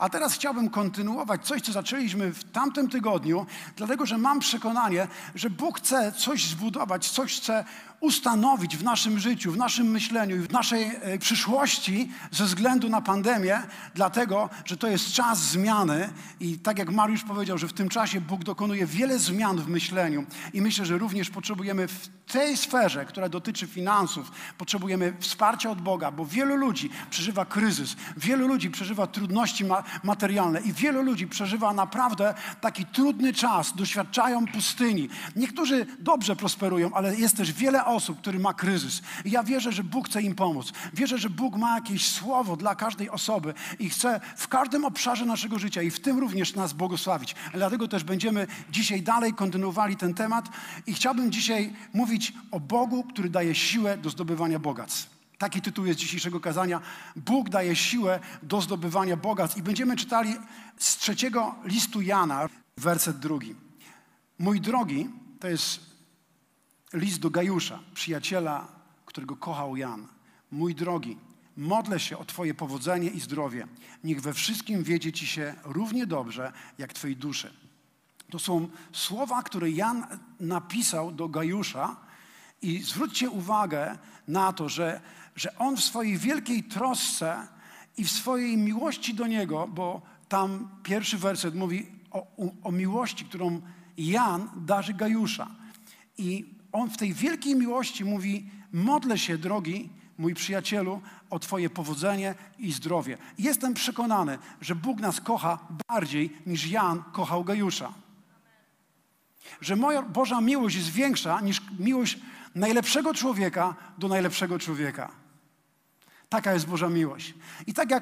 A teraz chciałbym kontynuować coś, co zaczęliśmy w tamtym tygodniu, dlatego że mam przekonanie, że Bóg chce coś zbudować, coś chce ustanowić w naszym życiu, w naszym myśleniu i w naszej przyszłości ze względu na pandemię, dlatego, że to jest czas zmiany i tak jak Mariusz powiedział, że w tym czasie Bóg dokonuje wiele zmian w myśleniu i myślę, że również potrzebujemy w tej sferze, która dotyczy finansów, potrzebujemy wsparcia od Boga, bo wielu ludzi przeżywa kryzys, wielu ludzi przeżywa trudności materialne i wielu ludzi przeżywa naprawdę taki trudny czas, doświadczają pustyni. Niektórzy dobrze prosperują, ale jest też wiele osób, który ma kryzys. I ja wierzę, że Bóg chce im pomóc. Wierzę, że Bóg ma jakieś słowo dla każdej osoby i chce w każdym obszarze naszego życia i w tym również nas błogosławić. Dlatego też będziemy dzisiaj dalej kontynuowali ten temat i chciałbym dzisiaj mówić o Bogu, który daje siłę do zdobywania bogactw. Taki tytuł jest dzisiejszego kazania. Bóg daje siłę do zdobywania bogactw. I będziemy czytali z 3 listu Jana, werset 2. Mój drogi, to jest list do Gajusza, przyjaciela, którego kochał Jan. Mój drogi, modlę się o Twoje powodzenie i zdrowie. Niech we wszystkim wiedzie Ci się równie dobrze, jak Twojej duszy. To są słowa, które Jan napisał do Gajusza i zwróćcie uwagę na to, że on w swojej wielkiej trosce i w swojej miłości do Niego, bo tam pierwszy werset mówi o miłości, którą Jan darzy Gajusza. I on w tej wielkiej miłości mówi, modlę się, drogi mój przyjacielu, o Twoje powodzenie i zdrowie. I jestem przekonany, że Bóg nas kocha bardziej niż Jan kochał Gajusza. Że moja Boża miłość jest większa niż miłość najlepszego człowieka do najlepszego człowieka. Taka jest Boża miłość. I tak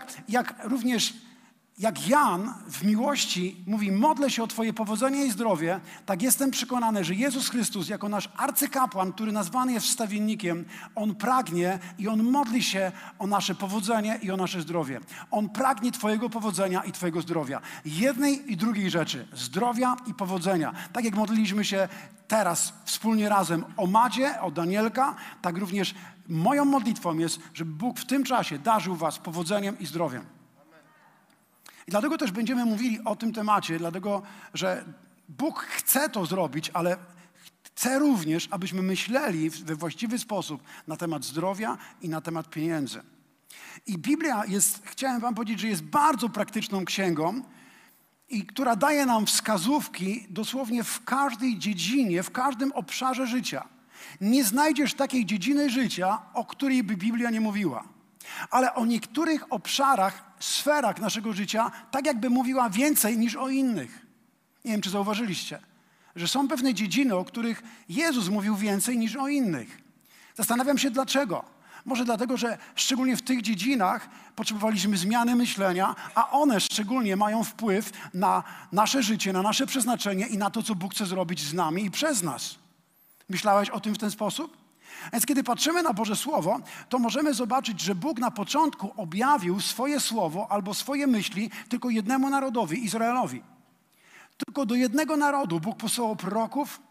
jak Jan w miłości mówi, modlę się o Twoje powodzenie i zdrowie, tak jestem przekonany, że Jezus Chrystus jako nasz arcykapłan, który nazwany jest wstawiennikiem, On pragnie i On modli się o nasze powodzenie i o nasze zdrowie. On pragnie Twojego powodzenia i Twojego zdrowia. Jednej i drugiej rzeczy. Zdrowia i powodzenia. Tak jak modliliśmy się teraz wspólnie razem o Madzie, o Danielka, tak również moją modlitwą jest, żeby Bóg w tym czasie darzył Was powodzeniem i zdrowiem. I dlatego też będziemy mówili o tym temacie, dlatego że Bóg chce to zrobić, ale chce również, abyśmy myśleli we właściwy sposób na temat zdrowia i na temat pieniędzy. I Biblia jest, chciałem wam powiedzieć, że jest bardzo praktyczną księgą, i która daje nam wskazówki dosłownie w każdej dziedzinie, w każdym obszarze życia. Nie znajdziesz takiej dziedziny życia, o której by Biblia nie mówiła. Ale o niektórych obszarach, sferach naszego życia tak jakby mówiła więcej niż o innych. Nie wiem, czy zauważyliście, że są pewne dziedziny, o których Jezus mówił więcej niż o innych. Zastanawiam się dlaczego. Może dlatego, że szczególnie w tych dziedzinach potrzebowaliśmy zmiany myślenia, a one szczególnie mają wpływ na nasze życie, na nasze przeznaczenie i na to, co Bóg chce zrobić z nami i przez nas. Myślałeś o tym w ten sposób? Więc kiedy patrzymy na Boże Słowo, to możemy zobaczyć, że Bóg na początku objawił swoje Słowo albo swoje myśli tylko jednemu narodowi, Izraelowi. Tylko do jednego narodu Bóg posłał proroków,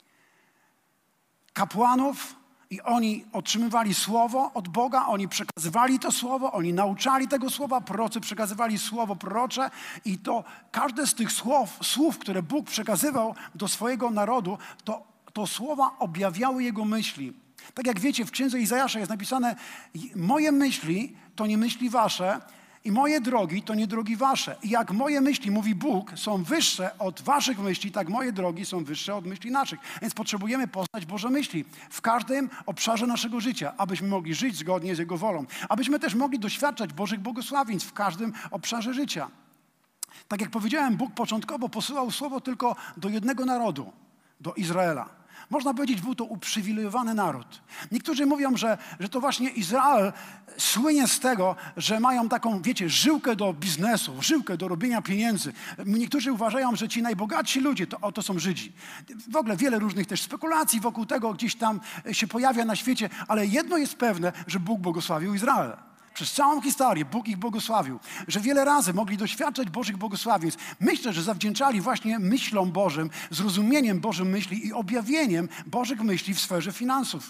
kapłanów i oni otrzymywali Słowo od Boga, oni przekazywali to Słowo, oni nauczali tego Słowa, prorocy przekazywali Słowo prorocze i to każde z tych słów, które Bóg przekazywał do swojego narodu, to słowa objawiały Jego myśli. Tak jak wiecie, w księdze Izajasza jest napisane, moje myśli to nie myśli wasze i moje drogi to nie drogi wasze. I jak moje myśli, mówi Bóg, są wyższe od waszych myśli, tak moje drogi są wyższe od myśli naszych. Więc potrzebujemy poznać Boże myśli w każdym obszarze naszego życia, abyśmy mogli żyć zgodnie z Jego wolą. Abyśmy też mogli doświadczać Bożych błogosławieństw w każdym obszarze życia. Tak jak powiedziałem, Bóg początkowo posyłał słowo tylko do jednego narodu, do Izraela. Można powiedzieć, był to uprzywilejowany naród. Niektórzy mówią, że to właśnie Izrael słynie z tego, że mają taką, wiecie, żyłkę do biznesu, żyłkę do robienia pieniędzy. Niektórzy uważają, że ci najbogatsi ludzie to są Żydzi. W ogóle wiele różnych też spekulacji wokół tego gdzieś tam się pojawia na świecie, ale jedno jest pewne, że Bóg błogosławił Izrael. Przez całą historię Bóg ich błogosławił, że wiele razy mogli doświadczać Bożych błogosławieństw. Myślę, że zawdzięczali właśnie myślom Bożym, zrozumieniem Bożych myśli i objawieniem Bożych myśli w sferze finansów.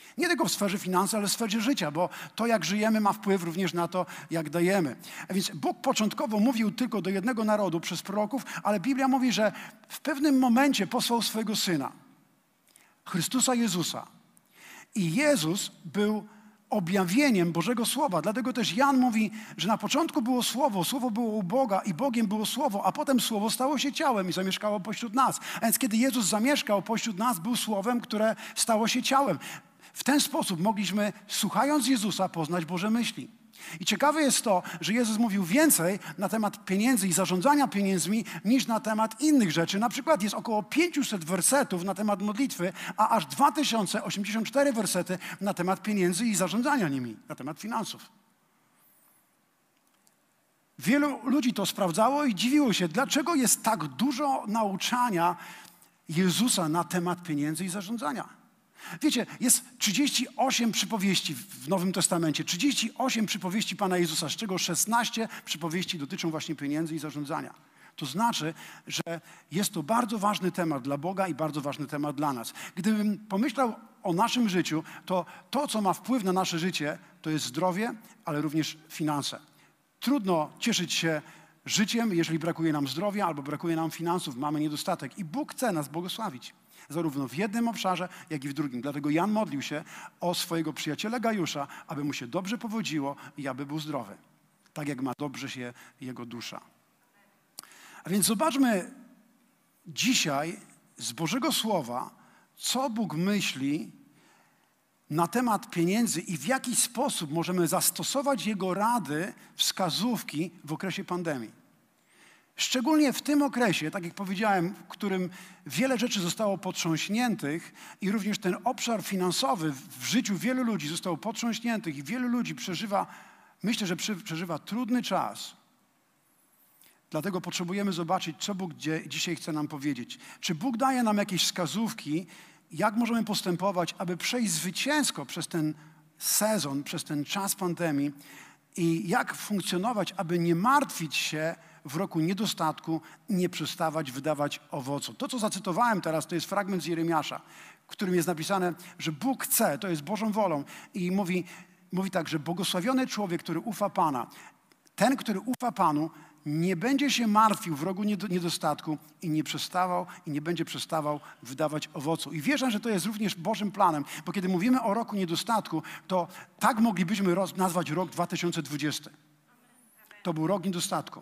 Nie tylko w sferze finansów, ale w sferze życia, bo to, jak żyjemy, ma wpływ również na to, jak dajemy. A więc Bóg początkowo mówił tylko do jednego narodu przez proroków, ale Biblia mówi, że w pewnym momencie posłał swojego Syna, Chrystusa Jezusa. I Jezus był objawieniem Bożego Słowa. Dlatego też Jan mówi, że na początku było Słowo było u Boga i Bogiem było Słowo, a potem Słowo stało się ciałem i zamieszkało pośród nas. A więc kiedy Jezus zamieszkał pośród nas, był Słowem, które stało się ciałem. W ten sposób mogliśmy, słuchając Jezusa, poznać Boże myśli. I ciekawe jest to, że Jezus mówił więcej na temat pieniędzy i zarządzania pieniędzmi niż na temat innych rzeczy. Na przykład jest około 500 wersetów na temat modlitwy, a aż 2084 wersety na temat pieniędzy i zarządzania nimi, na temat finansów. Wielu ludzi to sprawdzało i dziwiło się, dlaczego jest tak dużo nauczania Jezusa na temat pieniędzy i zarządzania. Wiecie, jest 38 przypowieści w Nowym Testamencie, 38 przypowieści Pana Jezusa, z czego 16 przypowieści dotyczą właśnie pieniędzy i zarządzania. To znaczy, że jest to bardzo ważny temat dla Boga i bardzo ważny temat dla nas. Gdybym pomyślał o naszym życiu, to, co ma wpływ na nasze życie, to jest zdrowie, ale również finanse. Trudno cieszyć się życiem, jeżeli brakuje nam zdrowia albo brakuje nam finansów, mamy niedostatek. I Bóg chce nas błogosławić. Zarówno w jednym obszarze, jak i w drugim. Dlatego Jan modlił się o swojego przyjaciela Gajusza, aby mu się dobrze powodziło i aby był zdrowy. Tak jak ma dobrze się jego dusza. A więc zobaczmy dzisiaj z Bożego Słowa, co Bóg myśli na temat pieniędzy i w jaki sposób możemy zastosować Jego rady, wskazówki w okresie pandemii. Szczególnie w tym okresie, tak jak powiedziałem, w którym wiele rzeczy zostało potrząśniętych i również ten obszar finansowy w życiu wielu ludzi został potrząśniętych i wielu ludzi przeżywa trudny czas. Dlatego potrzebujemy zobaczyć, co Bóg dzisiaj chce nam powiedzieć. Czy Bóg daje nam jakieś wskazówki, jak możemy postępować, aby przejść zwycięsko przez ten sezon, przez ten czas pandemii i jak funkcjonować, aby nie martwić się w roku niedostatku, nie przestawać wydawać owocu. To, co zacytowałem teraz, to jest fragment z Jeremiasza, w którym jest napisane, że Bóg chce, to jest Bożą wolą i mówi tak, że błogosławiony człowiek, który ufa Pana, ten, który ufa Panu, nie będzie się martwił w rogu niedostatku i nie będzie przestawał wydawać owocu. I wierzę, że to jest również Bożym planem, bo kiedy mówimy o roku niedostatku, to tak moglibyśmy nazwać rok 2020. To był rok niedostatku.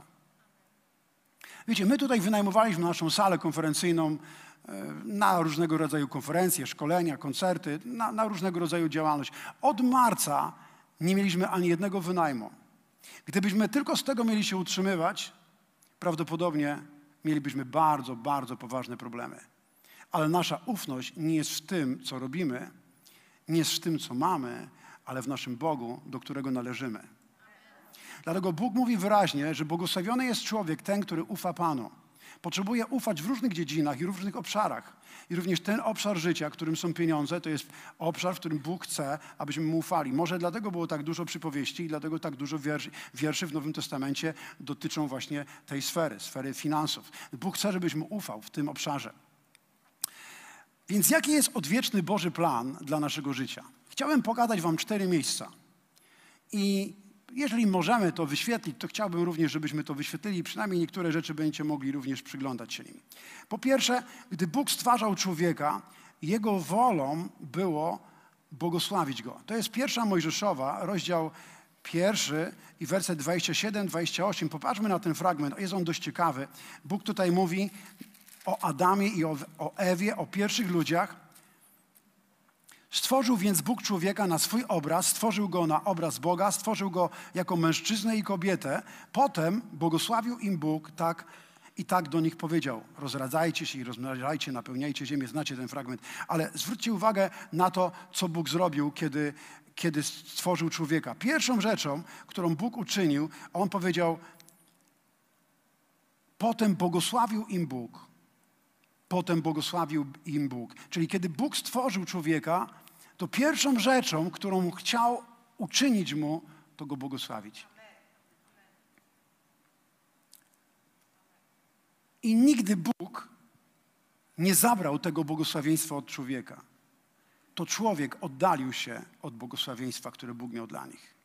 Wiecie, my tutaj wynajmowaliśmy naszą salę konferencyjną na różnego rodzaju konferencje, szkolenia, koncerty, na różnego rodzaju działalność. Od marca nie mieliśmy ani jednego wynajmu. Gdybyśmy tylko z tego mieli się utrzymywać, prawdopodobnie mielibyśmy bardzo, bardzo poważne problemy. Ale nasza ufność nie jest w tym, co robimy, nie jest w tym, co mamy, ale w naszym Bogu, do którego należymy. Dlatego Bóg mówi wyraźnie, że błogosławiony jest człowiek, ten, który ufa Panu. Potrzebuje ufać w różnych dziedzinach i różnych obszarach. I również ten obszar życia, którym są pieniądze, to jest obszar, w którym Bóg chce, abyśmy Mu ufali. Może dlatego było tak dużo przypowieści i dlatego tak dużo wierszy w Nowym Testamencie dotyczą właśnie tej sfery finansów. Bóg chce, żebyśmy ufał w tym obszarze. Więc jaki jest odwieczny Boży plan dla naszego życia? Chciałem pokazać Wam 4 miejsca. I jeżeli możemy to wyświetlić, to chciałbym również, żebyśmy to wyświetlili i przynajmniej niektóre rzeczy będziecie mogli również przyglądać się nim. Po pierwsze, gdy Bóg stwarzał człowieka, Jego wolą było błogosławić go. To jest 1 Mojżeszowa, rozdział 1 i werset 27-28. Popatrzmy na ten fragment, jest on dość ciekawy. Bóg tutaj mówi o Adamie i o Ewie, o pierwszych ludziach. Stworzył więc Bóg człowieka na swój obraz, stworzył go na obraz Boga, stworzył go jako mężczyznę i kobietę. Potem błogosławił im Bóg tak do nich powiedział. Rozradzajcie się i rozmnażajcie, napełniajcie ziemię. Znacie ten fragment. Ale zwróćcie uwagę na to, co Bóg zrobił, kiedy stworzył człowieka. Pierwszą rzeczą, którą Bóg uczynił, On powiedział, potem błogosławił im Bóg. Potem błogosławił im Bóg. Czyli kiedy Bóg stworzył człowieka, to pierwszą rzeczą, którą chciał uczynić mu, to go błogosławić. I nigdy Bóg nie zabrał tego błogosławieństwa od człowieka. to człowiek oddalił się od błogosławieństwa, które Bóg miał dla nich.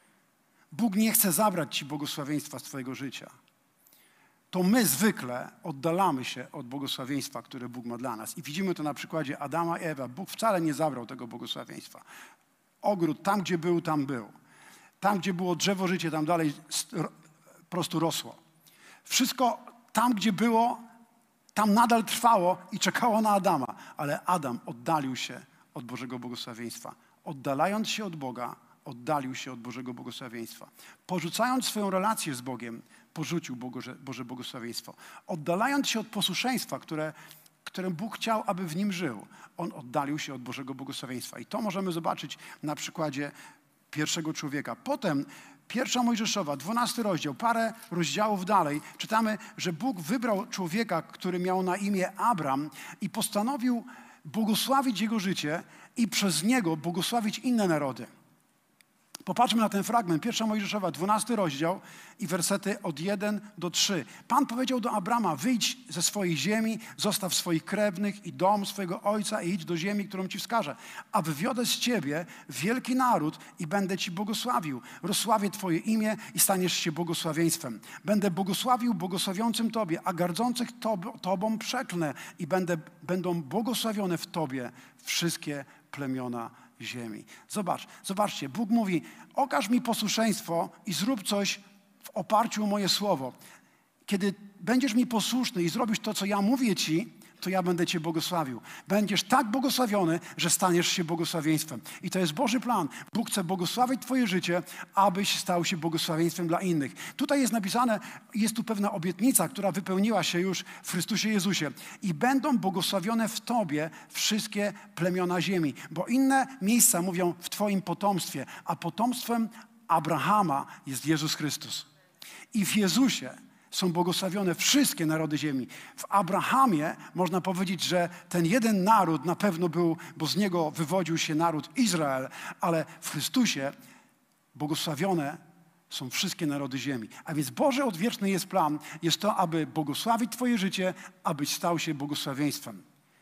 Bóg nie chce zabrać ci błogosławieństwa z twojego życia. To my zwykle oddalamy się od błogosławieństwa, które Bóg ma dla nas. I widzimy to na przykładzie Adama i Ewy. Bóg wcale nie zabrał tego błogosławieństwa. Ogród, tam gdzie był, tam był. Tam gdzie było drzewo życie, tam dalej po prostu rosło. Wszystko tam, gdzie było, tam nadal trwało i czekało na Adama. Ale Adam oddalił się od Bożego błogosławieństwa. Oddalając się od Boga, oddalił się od Bożego błogosławieństwa. Porzucając swoją relację z Bogiem, porzucił Boże błogosławieństwo. Oddalając się od posłuszeństwa, którym Bóg chciał, aby w nim żył, on oddalił się od Bożego błogosławieństwa. I to możemy zobaczyć na przykładzie pierwszego człowieka. Potem 1 Mojżeszowa, 12 rozdział, parę rozdziałów dalej, czytamy, że Bóg wybrał człowieka, który miał na imię Abram i postanowił błogosławić jego życie i przez niego błogosławić inne narody. Popatrzmy na ten fragment, 1 Mojżeszowa, 12 rozdział i wersety od 1 do 3. Pan powiedział do Abrama, wyjdź ze swojej ziemi, zostaw swoich krewnych i dom swojego ojca i idź do ziemi, którą ci wskażę. A wywiodę z ciebie wielki naród i będę ci błogosławił. Rozsławię twoje imię i staniesz się błogosławieństwem. Będę błogosławił błogosławiącym tobie, a gardzących tobą przeklnę i będą błogosławione w tobie wszystkie plemiona ziemi. Zobaczcie, Bóg mówi, okaż mi posłuszeństwo i zrób coś w oparciu o moje słowo. Kiedy będziesz mi posłuszny i zrobisz to, co ja mówię ci, to ja będę cię błogosławił. Będziesz tak błogosławiony, że staniesz się błogosławieństwem. I to jest Boży plan. Bóg chce błogosławić twoje życie, abyś stał się błogosławieństwem dla innych. Tutaj jest napisane, jest tu pewna obietnica, która wypełniła się już w Chrystusie Jezusie. I będą błogosławione w tobie wszystkie plemiona ziemi. Bo inne miejsca mówią w twoim potomstwie, a potomstwem Abrahama jest Jezus Chrystus. I w Jezusie są błogosławione wszystkie narody ziemi. W Abrahamie można powiedzieć, że ten jeden naród na pewno był, bo z niego wywodził się naród Izrael, ale w Chrystusie błogosławione są wszystkie narody ziemi. A więc Boży odwieczny jest plan, jest to, aby błogosławić twoje życie, abyś stał się błogosławieństwem.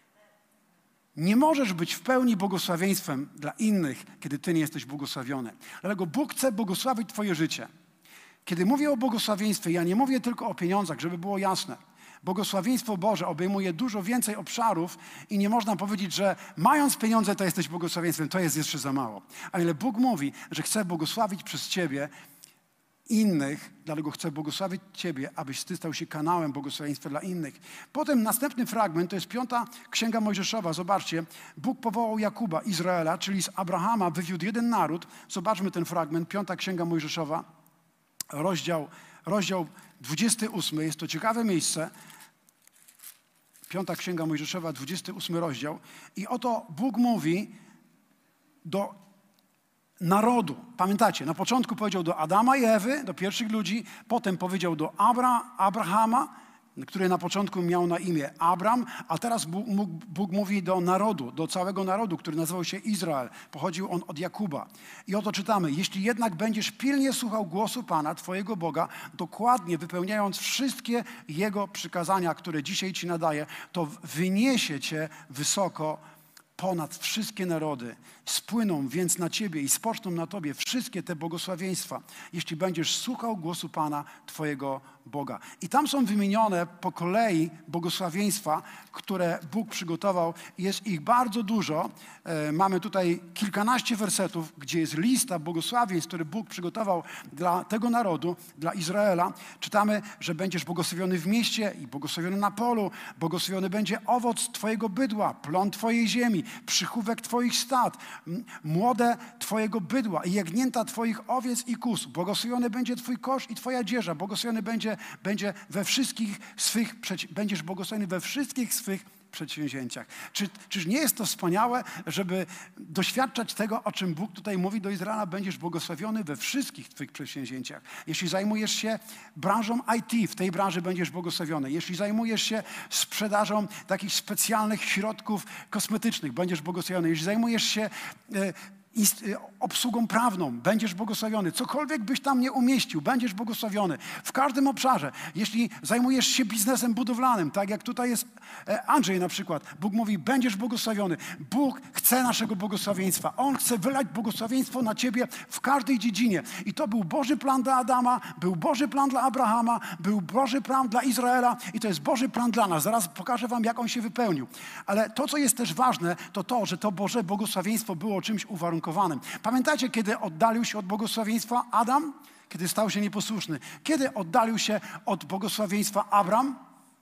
Nie możesz być w pełni błogosławieństwem dla innych, kiedy ty nie jesteś błogosławiony. Dlatego Bóg chce błogosławić twoje życie. Kiedy mówię o błogosławieństwie, ja nie mówię tylko o pieniądzach, żeby było jasne. Błogosławieństwo Boże obejmuje dużo więcej obszarów i nie można powiedzieć, że mając pieniądze, to jesteś błogosławieństwem. To jest jeszcze za mało. Ale Bóg mówi, że chce błogosławić przez ciebie innych, dlatego chce błogosławić ciebie, abyś ty stał się kanałem błogosławieństwa dla innych. Potem następny fragment, to jest 5 Księga Mojżeszowa. Zobaczcie, Bóg powołał Jakuba, Izraela, czyli z Abrahama wywiódł jeden naród. Zobaczmy ten fragment, 5 Księga Mojżeszowa. Rozdział 28, jest to ciekawe miejsce. 5 Księga Mojżeszowa, 28 rozdział. I oto Bóg mówi do narodu. Pamiętacie, na początku powiedział do Adama i Ewy, do pierwszych ludzi, potem powiedział do Abrahama, który na początku miał na imię Abram, a teraz Bóg mówi do narodu, do całego narodu, który nazywał się Izrael. Pochodził on od Jakuba. I oto czytamy, jeśli jednak będziesz pilnie słuchał głosu Pana, twojego Boga, dokładnie wypełniając wszystkie Jego przykazania, które dzisiaj ci nadaje, to wyniesie cię wysoko ponad wszystkie narody. Spłyną więc na ciebie i spoczną na tobie wszystkie te błogosławieństwa, jeśli będziesz słuchał głosu Pana, twojego Boga. I tam są wymienione po kolei błogosławieństwa, które Bóg przygotował. Jest ich bardzo dużo. Mamy tutaj kilkanaście wersetów, gdzie jest lista błogosławieństw, które Bóg przygotował dla tego narodu, dla Izraela. Czytamy, że będziesz błogosławiony w mieście i błogosławiony na polu. Błogosławiony będzie owoc twojego bydła, plon twojej ziemi, przychówek twoich stad, młode twojego bydła i jagnięta twoich owiec i kóz. Błogosławiony będzie twój kosz i twoja dzieża. Błogosławiony będzie we wszystkich swych, będziesz błogosławiony we wszystkich swych przedsięwzięciach. Czyż nie jest to wspaniałe, żeby doświadczać tego, o czym Bóg tutaj mówi do Izraela? Będziesz błogosławiony we wszystkich twych przedsięwzięciach. Jeśli zajmujesz się branżą IT, w tej branży będziesz błogosławiony. Jeśli zajmujesz się sprzedażą takich specjalnych środków kosmetycznych, będziesz błogosławiony. Jeśli zajmujesz się obsługą prawną, będziesz błogosławiony. Cokolwiek byś tam nie umieścił, będziesz błogosławiony. W każdym obszarze. Jeśli zajmujesz się biznesem budowlanym, tak jak tutaj jest Andrzej na przykład, Bóg mówi, będziesz błogosławiony. Bóg chce naszego błogosławieństwa. On chce wylać błogosławieństwo na ciebie w każdej dziedzinie. I to był Boży plan dla Adama, był Boży plan dla Abrahama, był Boży plan dla Izraela i to jest Boży plan dla nas. Zaraz pokażę wam, jak on się wypełnił. Ale to, co jest też ważne, to, że to Boże błogosławieństwo było czymś uwarunkowanym. Pamiętacie, kiedy oddalił się od błogosławieństwa Adam? Kiedy stał się nieposłuszny. Kiedy oddalił się od błogosławieństwa Abram?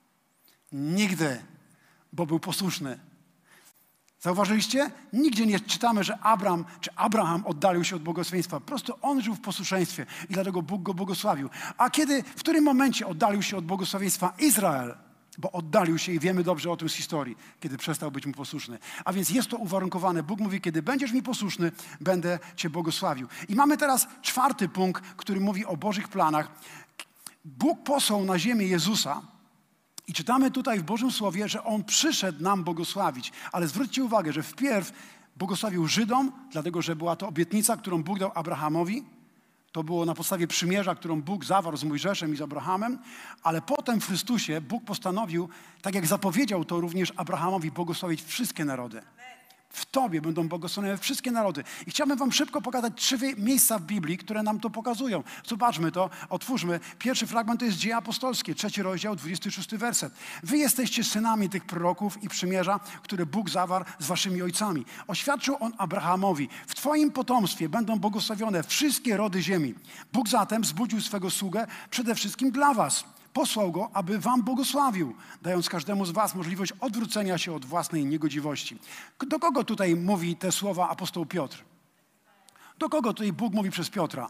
Nigdy, bo był posłuszny. Zauważyliście? Nigdzie nie czytamy, że Abram czy Abraham oddalił się od błogosławieństwa. Po prostu on żył w posłuszeństwie i dlatego Bóg go błogosławił. A w którym momencie oddalił się od błogosławieństwa Izrael? Bo oddalił się i wiemy dobrze o tym z historii, kiedy przestał być mu posłuszny. A więc jest to uwarunkowane. Bóg mówi, kiedy będziesz mi posłuszny, będę cię błogosławił. I mamy teraz 4. punkt, który mówi o Bożych planach. Bóg posłał na ziemię Jezusa i czytamy tutaj w Bożym Słowie, że On przyszedł nam błogosławić. Ale zwróćcie uwagę, że wpierw błogosławił Żydom, dlatego że była to obietnica, którą Bóg dał Abrahamowi. To było na podstawie przymierza, którą Bóg zawarł z Mojżeszem i z Abrahamem, ale potem w Chrystusie Bóg postanowił, tak jak zapowiedział to również Abrahamowi, błogosławić wszystkie narody. W Tobie będą błogosławione wszystkie narody. I chciałbym wam szybko pokazać 3 miejsca w Biblii, które nam to pokazują. Zobaczmy to, otwórzmy. Pierwszy fragment to jest Dzieje Apostolskie, 3 rozdział, 26 werset. Wy jesteście synami tych proroków i przymierza, które Bóg zawarł z waszymi ojcami. Oświadczył on Abrahamowi, w Twoim potomstwie będą błogosławione wszystkie rody ziemi. Bóg zatem zbudził swego sługę przede wszystkim dla was. Posłał go, aby wam błogosławił, dając każdemu z was możliwość odwrócenia się od własnej niegodziwości. Do kogo tutaj mówi te słowa apostoł Piotr? Do kogo tutaj Bóg mówi przez Piotra?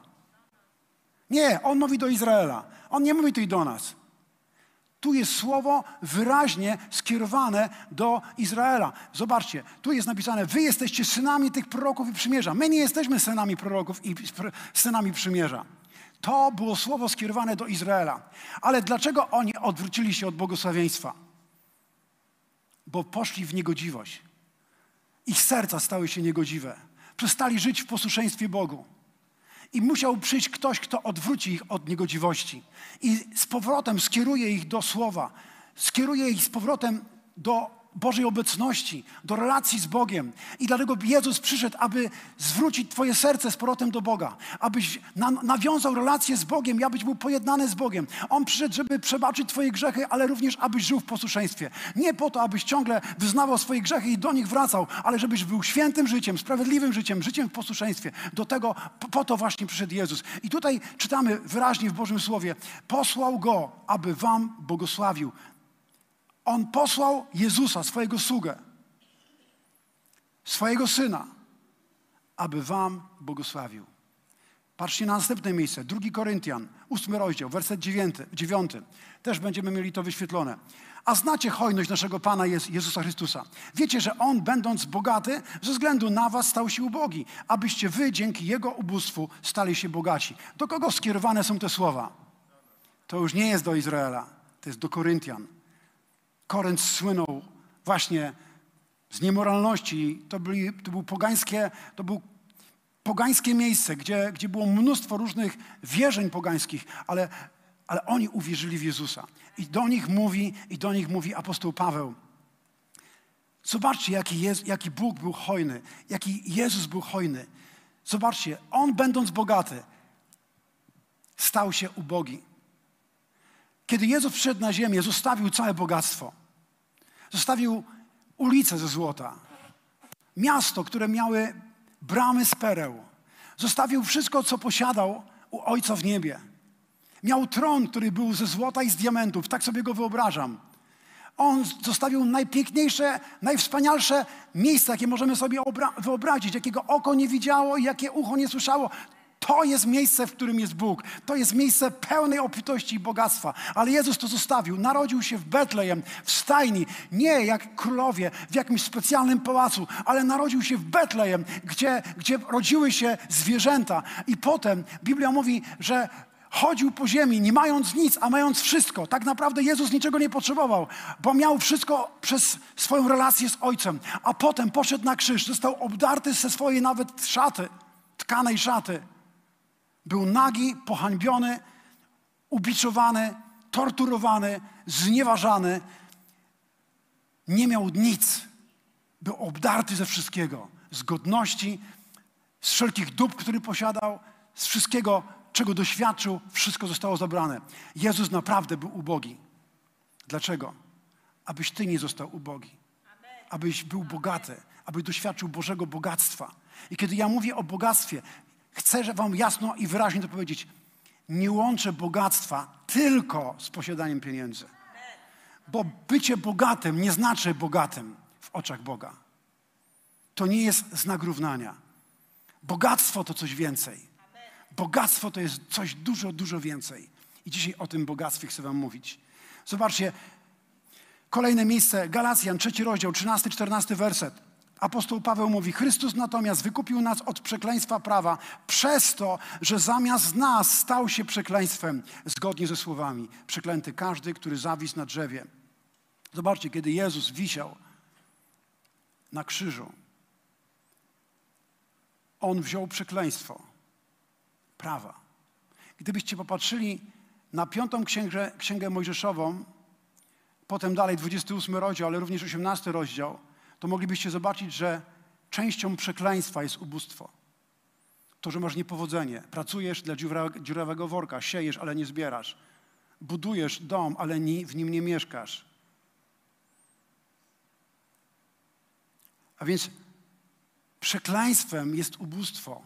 Nie, on mówi do Izraela. On nie mówi tutaj do nas. Tu jest słowo wyraźnie skierowane do Izraela. Zobaczcie, tu jest napisane, wy jesteście synami tych proroków i przymierza. My nie jesteśmy synami proroków i synami przymierza. To było słowo skierowane do Izraela. Ale dlaczego oni odwrócili się od błogosławieństwa? Bo poszli w niegodziwość. Ich serca stały się niegodziwe. Przestali żyć w posłuszeństwie Bogu. I musiał przyjść ktoś, kto odwróci ich od niegodziwości. I z powrotem skieruje ich do Słowa. Skieruje ich z powrotem do Bożej obecności, do relacji z Bogiem. I dlatego Jezus przyszedł, aby zwrócić twoje serce z powrotem do Boga. Abyś nawiązał relację z Bogiem i abyś był pojednany z Bogiem. On przyszedł, żeby przebaczyć twoje grzechy, ale również abyś żył w posłuszeństwie. Nie po to, abyś ciągle wyznawał swoje grzechy i do nich wracał, ale żebyś był świętym życiem, sprawiedliwym życiem, życiem w posłuszeństwie. Do tego, po to właśnie przyszedł Jezus. I tutaj czytamy wyraźnie w Bożym Słowie, posłał Go, aby wam błogosławił. On posłał Jezusa, swojego sługę, swojego Syna, aby wam błogosławił. Patrzcie na następne miejsce. 2 Koryntian, 8 rozdział, werset 9. Też będziemy mieli to wyświetlone. A znacie hojność naszego Pana Jezusa Chrystusa. Wiecie, że On, będąc bogaty, ze względu na was stał się ubogi, abyście wy dzięki Jego ubóstwu stali się bogaci. Do kogo skierowane są te słowa? To już nie jest do Izraela, to jest do Koryntian. Korynt słynął właśnie z niemoralności. To było pogańskie miejsce, gdzie było mnóstwo różnych wierzeń pogańskich, ale oni uwierzyli w Jezusa. I do nich mówi apostoł Paweł. Zobaczcie, jaki Bóg był hojny, jaki Jezus był hojny. Zobaczcie, On będąc bogaty, stał się ubogi. Kiedy Jezus przyszedł na ziemię, zostawił całe bogactwo. Zostawił ulice ze złota. Miasto, które miały bramy z pereł. Zostawił wszystko, co posiadał u Ojca w niebie. Miał tron, który był ze złota i z diamentów. Tak sobie go wyobrażam. On zostawił najpiękniejsze, najwspanialsze miejsca, jakie możemy sobie wyobrazić, jakiego oko nie widziało i jakie ucho nie słyszało. To jest miejsce, w którym jest Bóg. To jest miejsce pełnej obfitości i bogactwa. Ale Jezus to zostawił. Narodził się w Betlejem, w stajni. Nie jak królowie w jakimś specjalnym pałacu, ale narodził się w Betlejem, gdzie rodziły się zwierzęta. I potem Biblia mówi, że chodził po ziemi, nie mając nic, a mając wszystko. Tak naprawdę Jezus niczego nie potrzebował, bo miał wszystko przez swoją relację z Ojcem. A potem poszedł na krzyż, został obdarty ze swojej nawet szaty, tkanej szaty. Był nagi, pohańbiony, ubiczowany, torturowany, znieważany. Nie miał nic. Był obdarty ze wszystkiego. Z godności, z wszelkich dóbr, które posiadał, z wszystkiego, czego doświadczył, wszystko zostało zabrane. Jezus naprawdę był ubogi. Dlaczego? Abyś ty nie został ubogi. Abyś był bogaty, abyś doświadczył Bożego bogactwa. I kiedy ja mówię o bogactwie, chcę wam jasno i wyraźnie to powiedzieć. Nie łączę bogactwa tylko z posiadaniem pieniędzy. Bo bycie bogatym nie znaczy bogatym w oczach Boga. To nie jest znak równania. Bogactwo to coś więcej. Bogactwo to jest coś dużo, dużo więcej. I dzisiaj o tym bogactwie chcę wam mówić. Zobaczcie, kolejne miejsce, Galacjan, 3 rozdział, 13-14 werset. Apostoł Paweł mówi, Chrystus natomiast wykupił nas od przekleństwa prawa przez to, że zamiast nas stał się przekleństwem, zgodnie ze słowami. Przeklęty każdy, który zawisł na drzewie. Zobaczcie, kiedy Jezus wisiał na krzyżu, On wziął przekleństwo prawa. Gdybyście popatrzyli na 5. księgę Mojżeszową, potem dalej 28 rozdział, ale również 18 rozdział, to moglibyście zobaczyć, że częścią przekleństwa jest ubóstwo. To, że masz niepowodzenie. Pracujesz dla dziurawego worka, siejesz, ale nie zbierasz. Budujesz dom, ale w nim nie mieszkasz. A więc przekleństwem jest ubóstwo.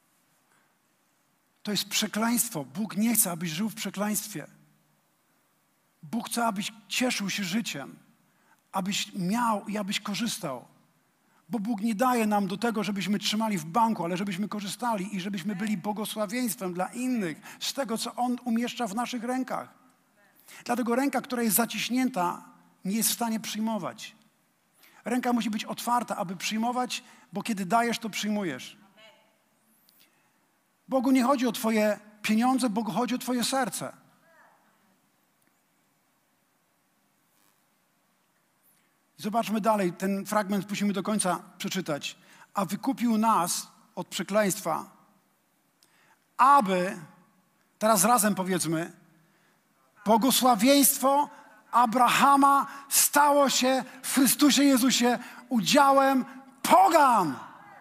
To jest przekleństwo. Bóg nie chce, abyś żył w przekleństwie. Bóg chce, abyś cieszył się życiem. Abyś miał i abyś korzystał. Bo Bóg nie daje nam do tego, żebyśmy trzymali w banku, ale żebyśmy korzystali i żebyśmy byli błogosławieństwem dla innych z tego, co On umieszcza w naszych rękach. Dlatego ręka, która jest zaciśnięta, nie jest w stanie przyjmować. Ręka musi być otwarta, aby przyjmować, bo kiedy dajesz, to przyjmujesz. Bogu nie chodzi o twoje pieniądze, Bogu chodzi o twoje serce. Zobaczmy dalej, ten fragment musimy do końca przeczytać. A wykupił nas od przekleństwa, aby, teraz razem powiedzmy, błogosławieństwo Abrahama stało się w Chrystusie Jezusie udziałem pogan.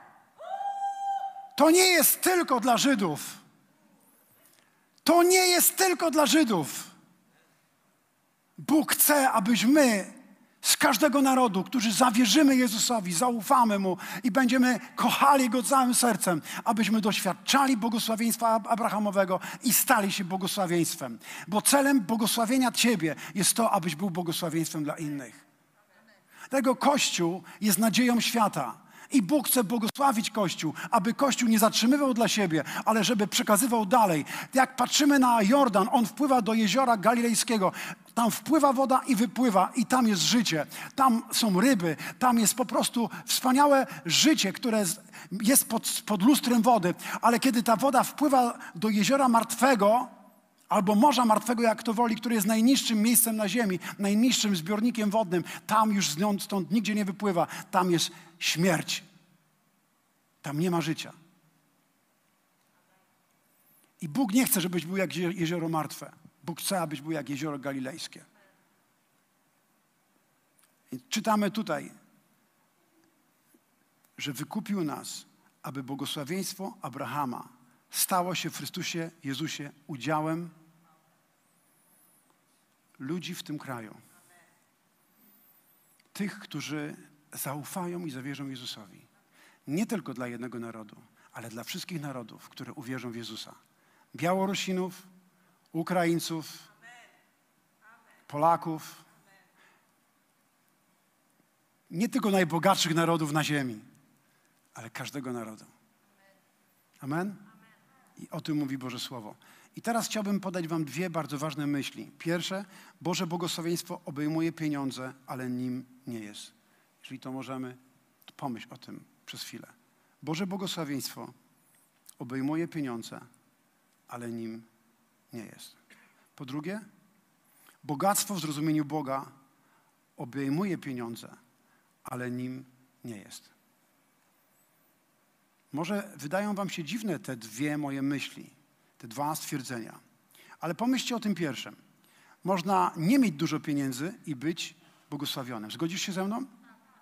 To nie jest tylko dla Żydów. To nie jest tylko dla Żydów. Bóg chce, abyśmy z każdego narodu, którzy zawierzymy Jezusowi, zaufamy Mu i będziemy kochali Go całym sercem, abyśmy doświadczali błogosławieństwa Abrahamowego i stali się błogosławieństwem. Bo celem błogosławienia Ciebie jest to, abyś był błogosławieństwem dla innych. Dlatego Kościół jest nadzieją świata. I Bóg chce błogosławić Kościół, aby Kościół nie zatrzymywał dla siebie, ale żeby przekazywał dalej. Jak patrzymy na Jordan, on wpływa do jeziora Galilejskiego. Tam wpływa woda i wypływa i tam jest życie. Tam są ryby, tam jest po prostu wspaniałe życie, które jest pod lustrem wody. Ale kiedy ta woda wpływa do jeziora martwego, albo morza martwego, jak to woli, który jest najniższym miejscem na ziemi, najniższym zbiornikiem wodnym, tam już stąd nigdzie nie wypływa. Tam jest śmierć. Tam nie ma życia. I Bóg nie chce, żebyś był jak jezioro martwe. Bóg chce, abyś był jak jezioro galilejskie. I czytamy tutaj, że wykupił nas, aby błogosławieństwo Abrahama stało się w Chrystusie Jezusie udziałem ludzi w tym kraju. Tych, którzy zaufają i zawierzą Jezusowi. Nie tylko dla jednego narodu, ale dla wszystkich narodów, które uwierzą w Jezusa. Białorusinów, Ukraińców, Polaków. Nie tylko najbogatszych narodów na ziemi, ale każdego narodu. Amen? I o tym mówi Boże Słowo. I teraz chciałbym podać wam dwie bardzo ważne myśli. Pierwsze, Boże błogosławieństwo obejmuje pieniądze, ale nim nie jest. Jeżeli to możemy, to pomyśl o tym przez chwilę. Boże błogosławieństwo obejmuje pieniądze, ale nim nie jest. Po drugie, bogactwo w zrozumieniu Boga obejmuje pieniądze, ale nim nie jest. Może wydają wam się dziwne te dwie moje myśli, te dwa stwierdzenia, ale pomyślcie o tym pierwszym. Można nie mieć dużo pieniędzy i być błogosławionym. Zgodzisz się ze mną?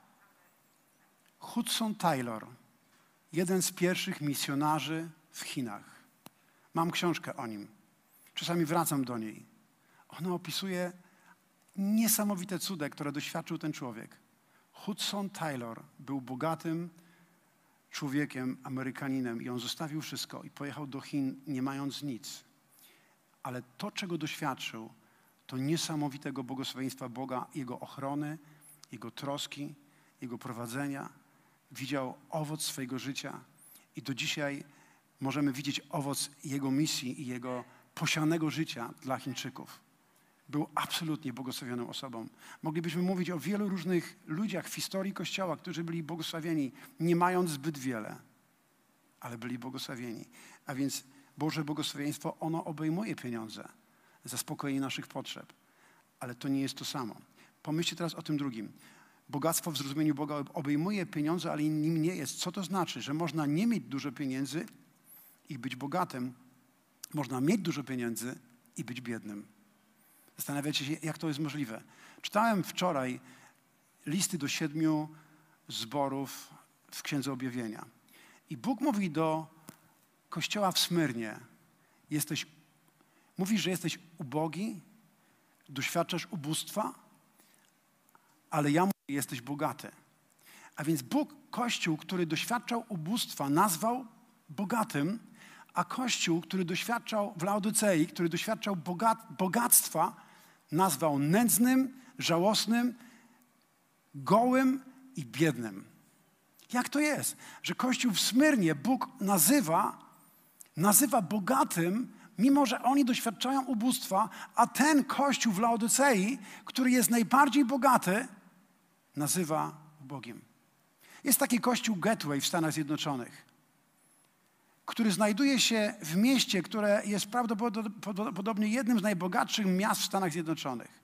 Hudson Taylor, jeden z pierwszych misjonarzy w Chinach. Mam książkę o nim. Czasami wracam do niej. Ona opisuje niesamowite cuda, które doświadczył ten człowiek. Hudson Taylor był bogatym człowiekiem, Amerykaninem i on zostawił wszystko i pojechał do Chin, nie mając nic. Ale to, czego doświadczył, to niesamowitego błogosławieństwa Boga, Jego ochrony, Jego troski, Jego prowadzenia. Widział owoc swojego życia i do dzisiaj możemy widzieć owoc Jego misji i Jego posianego życia dla Chińczyków. Był absolutnie błogosławioną osobą. Moglibyśmy mówić o wielu różnych ludziach w historii Kościoła, którzy byli błogosławieni, nie mając zbyt wiele, ale byli błogosławieni. A więc Boże błogosławieństwo, ono obejmuje pieniądze, zaspokojenie naszych potrzeb, ale to nie jest to samo. Pomyślcie teraz o tym drugim. Bogactwo w zrozumieniu Boga obejmuje pieniądze, ale nim nie jest. Co to znaczy? Że można nie mieć dużo pieniędzy i być bogatym. Można mieć dużo pieniędzy i być biednym. Zastanawiacie się, jak to jest możliwe. Czytałem wczoraj listy do 7 zborów w Księdze Objawienia. I Bóg mówi do kościoła w Smyrnie. Mówisz, że jesteś ubogi, doświadczasz ubóstwa, ale ja mówię, jesteś bogaty. A więc Bóg Kościół, który doświadczał ubóstwa, nazwał bogatym, a Kościół, który doświadczał w Laodycei, który doświadczał bogactwa, nazwał nędznym, żałosnym, gołym i biednym. Jak to jest, że Kościół w Smyrnie Bóg nazywa bogatym, mimo że oni doświadczają ubóstwa, a ten Kościół w Laodycei, który jest najbardziej bogaty, nazywa ubogim. Jest taki kościół Gateway w Stanach Zjednoczonych, który znajduje się w mieście, które jest prawdopodobnie jednym z najbogatszych miast w Stanach Zjednoczonych.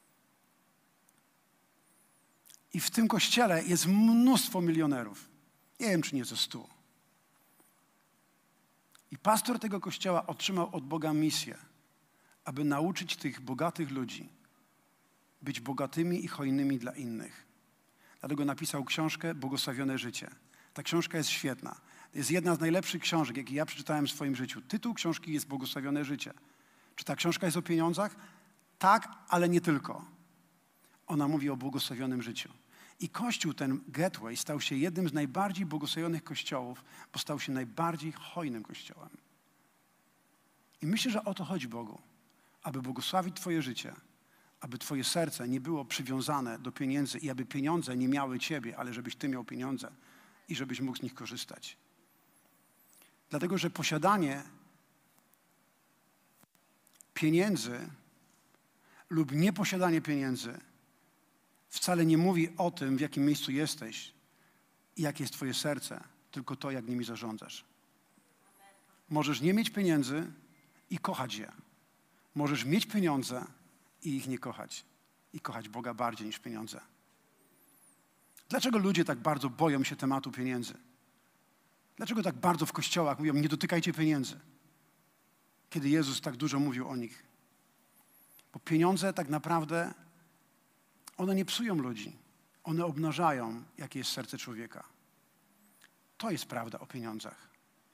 I w tym kościele jest mnóstwo milionerów. Nie wiem, czy nie ze 100. I pastor tego kościoła otrzymał od Boga misję, aby nauczyć tych bogatych ludzi być bogatymi i hojnymi dla innych. Dlatego napisał książkę Błogosławione życie. Ta książka jest świetna. To jest jedna z najlepszych książek, jakie ja przeczytałem w swoim życiu. Tytuł książki jest Błogosławione życie. Czy ta książka jest o pieniądzach? Tak, ale nie tylko. Ona mówi o błogosławionym życiu. I kościół ten Gateway stał się jednym z najbardziej błogosławionych kościołów, bo stał się najbardziej hojnym kościołem. I myślę, że o to chodzi Bogu, aby błogosławić twoje życie, aby twoje serce nie było przywiązane do pieniędzy i aby pieniądze nie miały ciebie, ale żebyś ty miał pieniądze i żebyś mógł z nich korzystać. Dlatego, że posiadanie pieniędzy lub nieposiadanie pieniędzy wcale nie mówi o tym, w jakim miejscu jesteś i jakie jest twoje serce, tylko to, jak nimi zarządzasz. Możesz nie mieć pieniędzy i kochać je. Możesz mieć pieniądze i ich nie kochać. I kochać Boga bardziej niż pieniądze. Dlaczego ludzie tak bardzo boją się tematu pieniędzy? Dlaczego tak bardzo w kościołach mówią, nie dotykajcie pieniędzy? Kiedy Jezus tak dużo mówił o nich. Bo pieniądze tak naprawdę, one nie psują ludzi. One obnażają, jakie jest serce człowieka. To jest prawda o pieniądzach.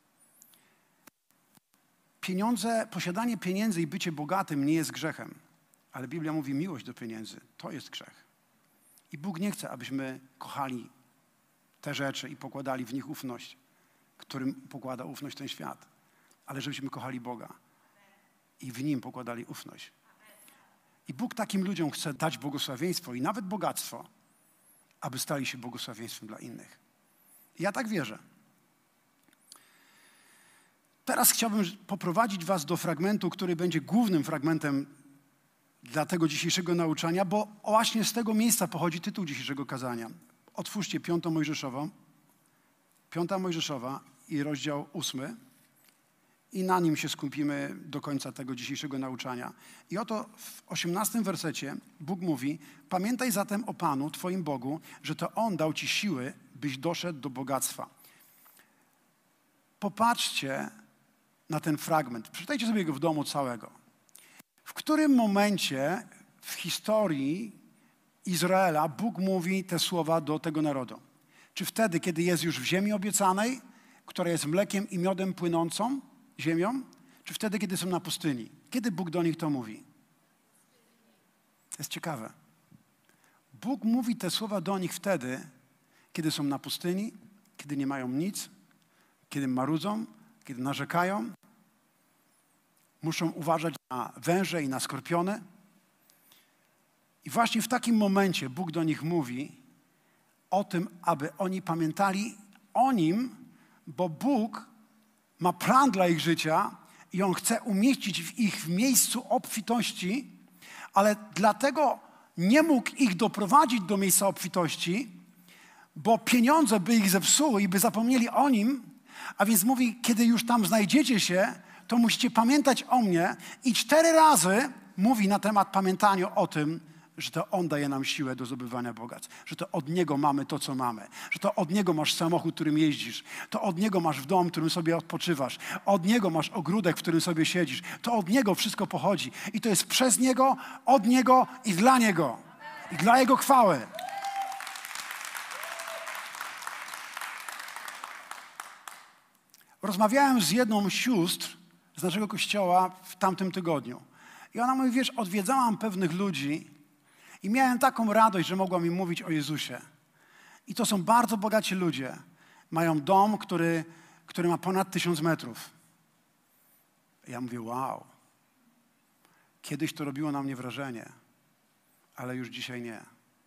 Posiadanie pieniędzy i bycie bogatym nie jest grzechem. Ale Biblia mówi miłość do pieniędzy. To jest grzech. I Bóg nie chce, abyśmy kochali te rzeczy i pokładali w nich ufność, którym pokłada ufność ten świat. Ale żebyśmy kochali Boga i w Nim pokładali ufność. I Bóg takim ludziom chce dać błogosławieństwo i nawet bogactwo, aby stali się błogosławieństwem dla innych. I ja tak wierzę. Teraz chciałbym poprowadzić was do fragmentu, który będzie głównym fragmentem dla tego dzisiejszego nauczania, bo właśnie z tego miejsca pochodzi tytuł dzisiejszego kazania. Otwórzcie 5 Mojżeszowa i rozdział 8. I na nim się skupimy do końca tego dzisiejszego nauczania. I oto w 18 wersecie Bóg mówi: pamiętaj zatem o Panu, Twoim Bogu, że to On dał Ci siły, byś doszedł do bogactwa. Popatrzcie na ten fragment. Przeczytajcie sobie go w domu całego. W którym momencie w historii Izraela Bóg mówi te słowa do tego narodu? Czy wtedy, kiedy jest już w ziemi obiecanej, która jest mlekiem i miodem płynącą ziemią, czy wtedy, kiedy są na pustyni? Kiedy Bóg do nich to mówi? To jest ciekawe. Bóg mówi te słowa do nich wtedy, kiedy są na pustyni, kiedy nie mają nic, kiedy marudzą, kiedy narzekają, muszą uważać na węże i na skorpiony. I właśnie w takim momencie Bóg do nich mówi o tym, aby oni pamiętali o Nim, bo Bóg ma plan dla ich życia i On chce umieścić ich w miejscu obfitości, ale dlatego nie mógł ich doprowadzić do miejsca obfitości, bo pieniądze by ich zepsuły i by zapomnieli o Nim, a więc mówi, kiedy już tam znajdziecie się, to musicie pamiętać o mnie i 4 razy mówi na temat pamiętania o tym, że to On daje nam siłę do zdobywania bogactw, że to od Niego mamy to, co mamy, że to od Niego masz samochód, którym jeździsz, to od Niego masz w dom, w którym sobie odpoczywasz, od Niego masz ogródek, w którym sobie siedzisz, to od Niego wszystko pochodzi i to jest przez Niego, od Niego i dla Niego i dla Jego chwały. Rozmawiałem z jedną z sióstr z naszego kościoła w tamtym tygodniu i ona mówi, wiesz, odwiedzałam pewnych ludzi i miałem taką radość, że mogłam im mówić o Jezusie. I to są bardzo bogaci ludzie. Mają dom, który ma ponad 1000 metrów. Ja mówię, wow. Kiedyś to robiło na mnie wrażenie, ale już dzisiaj nie.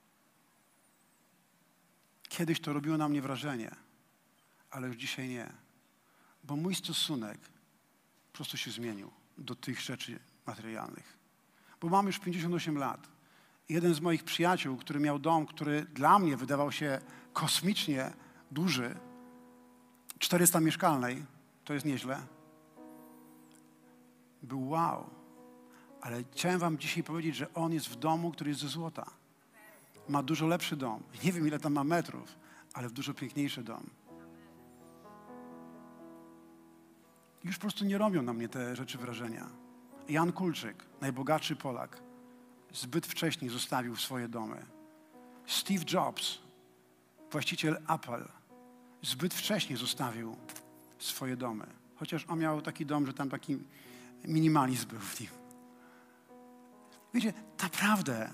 Kiedyś to robiło na mnie wrażenie, ale już dzisiaj nie. Bo mój stosunek po prostu się zmienił do tych rzeczy materialnych. Bo mam już 58 lat. Jeden z moich przyjaciół, który miał dom, który dla mnie wydawał się kosmicznie duży, 400 mieszkalnej, to jest nieźle, był wow. Ale chciałem wam dzisiaj powiedzieć, że on jest w domu, który jest ze złota. Ma dużo lepszy dom. Nie wiem, ile tam ma metrów, ale w dużo piękniejszy dom. Już po prostu nie robią na mnie te rzeczy wrażenia. Jan Kulczyk, najbogatszy Polak, zbyt wcześnie zostawił swoje domy. Steve Jobs, właściciel Apple, zbyt wcześnie zostawił swoje domy. Chociaż on miał taki dom, że tam taki minimalizm był w nim. Wiecie, naprawdę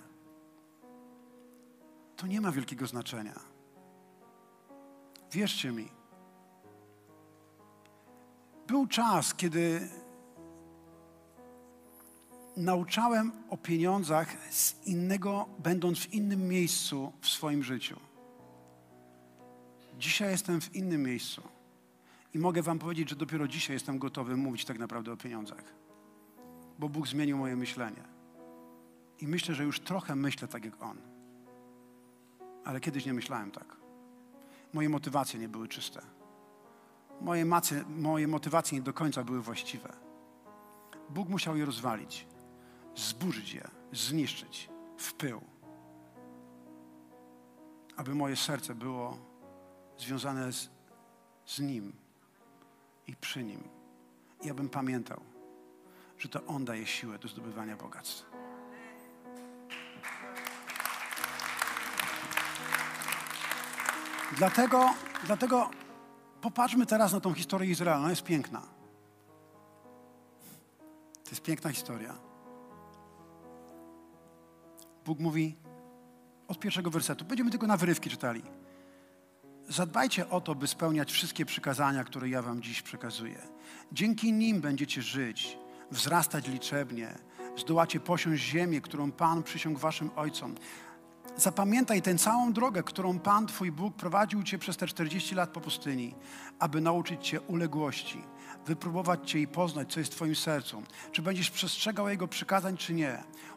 to nie ma wielkiego znaczenia. Wierzcie mi. Był czas, kiedy nauczałem o pieniądzach z innego, będąc w innym miejscu w swoim życiu. Dzisiaj jestem w innym miejscu i mogę wam powiedzieć, że dopiero dzisiaj jestem gotowy mówić tak naprawdę o pieniądzach. Bo Bóg zmienił moje myślenie. I myślę, że już trochę myślę tak jak On. Ale kiedyś nie myślałem tak. Moje motywacje nie były czyste. Moje motywacje nie do końca były właściwe. Bóg musiał je rozwalić, zburzyć je, zniszczyć w pył, aby moje serce było związane z Nim i przy Nim. I abym pamiętał, że to On daje siłę do zdobywania bogactw. Dlatego popatrzmy teraz na tą historię Izraela. Ona jest piękna. To jest piękna historia. Bóg mówi od 1 wersetu. Będziemy tylko na wyrywki czytali. Zadbajcie o to, by spełniać wszystkie przykazania, które ja wam dziś przekazuję. Dzięki nim będziecie żyć, wzrastać liczebnie, zdołacie posiąść ziemię, którą Pan przysiągł waszym ojcom. Zapamiętaj tę całą drogę, którą Pan, Twój Bóg, prowadził Cię przez te 40 lat po pustyni, aby nauczyć Cię uległości, wypróbować Cię i poznać, co jest w Twoim sercu. Czy będziesz przestrzegał Jego przykazań, czy nie.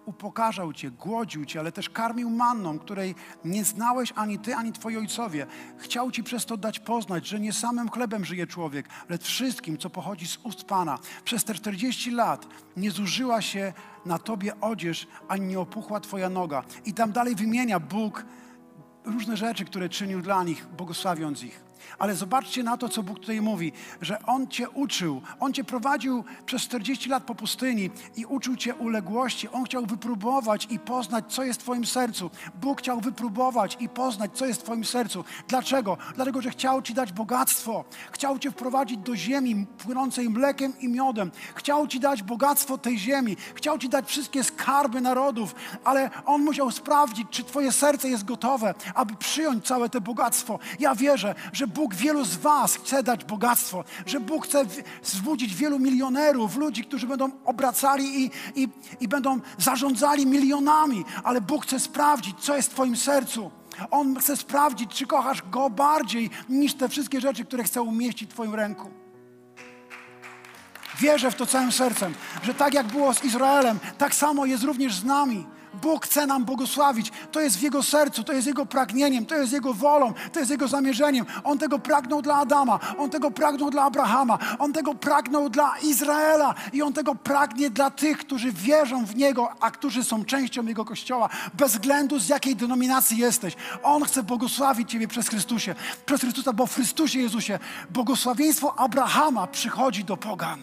upokarzał cię, głodził cię, ale też karmił manną, której nie znałeś ani ty, ani twoi ojcowie. Chciał ci przez to dać poznać, że nie samym chlebem żyje człowiek, lecz wszystkim, co pochodzi z ust Pana. Przez te 40 lat nie zużyła się na tobie odzież, ani nie opuchła twoja noga. I tam dalej wymienia Bóg różne rzeczy, które czynił dla nich, błogosławiąc ich. Ale zobaczcie na to, co Bóg tutaj mówi, że On cię uczył, On cię prowadził przez 40 lat po pustyni i uczył cię uległości. On chciał wypróbować i poznać, co jest w twoim sercu. Bóg chciał wypróbować i poznać, co jest w twoim sercu. Dlaczego? Dlatego, że chciał ci dać bogactwo. Chciał cię wprowadzić do ziemi płynącej mlekiem i miodem. Chciał ci dać bogactwo tej ziemi. Chciał ci dać wszystkie skarby narodów, ale On musiał sprawdzić, czy twoje serce jest gotowe, aby przyjąć całe to bogactwo. Ja wierzę, że Bóg wielu z was chce dać bogactwo, że Bóg chce wzbudzić wielu milionerów, ludzi, którzy będą obracali i będą zarządzali milionami, ale Bóg chce sprawdzić, co jest w twoim sercu. On chce sprawdzić, czy kochasz Go bardziej niż te wszystkie rzeczy, które chce umieścić w twoim ręku. Wierzę w to całym sercem, że tak jak było z Izraelem, tak samo jest również z nami. Bóg chce nam błogosławić. To jest w Jego sercu, to jest Jego pragnieniem, to jest Jego wolą, to jest Jego zamierzeniem. On tego pragnął dla Adama, On tego pragnął dla Abrahama, On tego pragnął dla Izraela i On tego pragnie dla tych, którzy wierzą w Niego, a którzy są częścią Jego Kościoła. Bez względu z jakiej denominacji jesteś. On chce błogosławić ciebie przez Chrystusa, bo w Chrystusie Jezusie błogosławieństwo Abrahama przychodzi do pogan.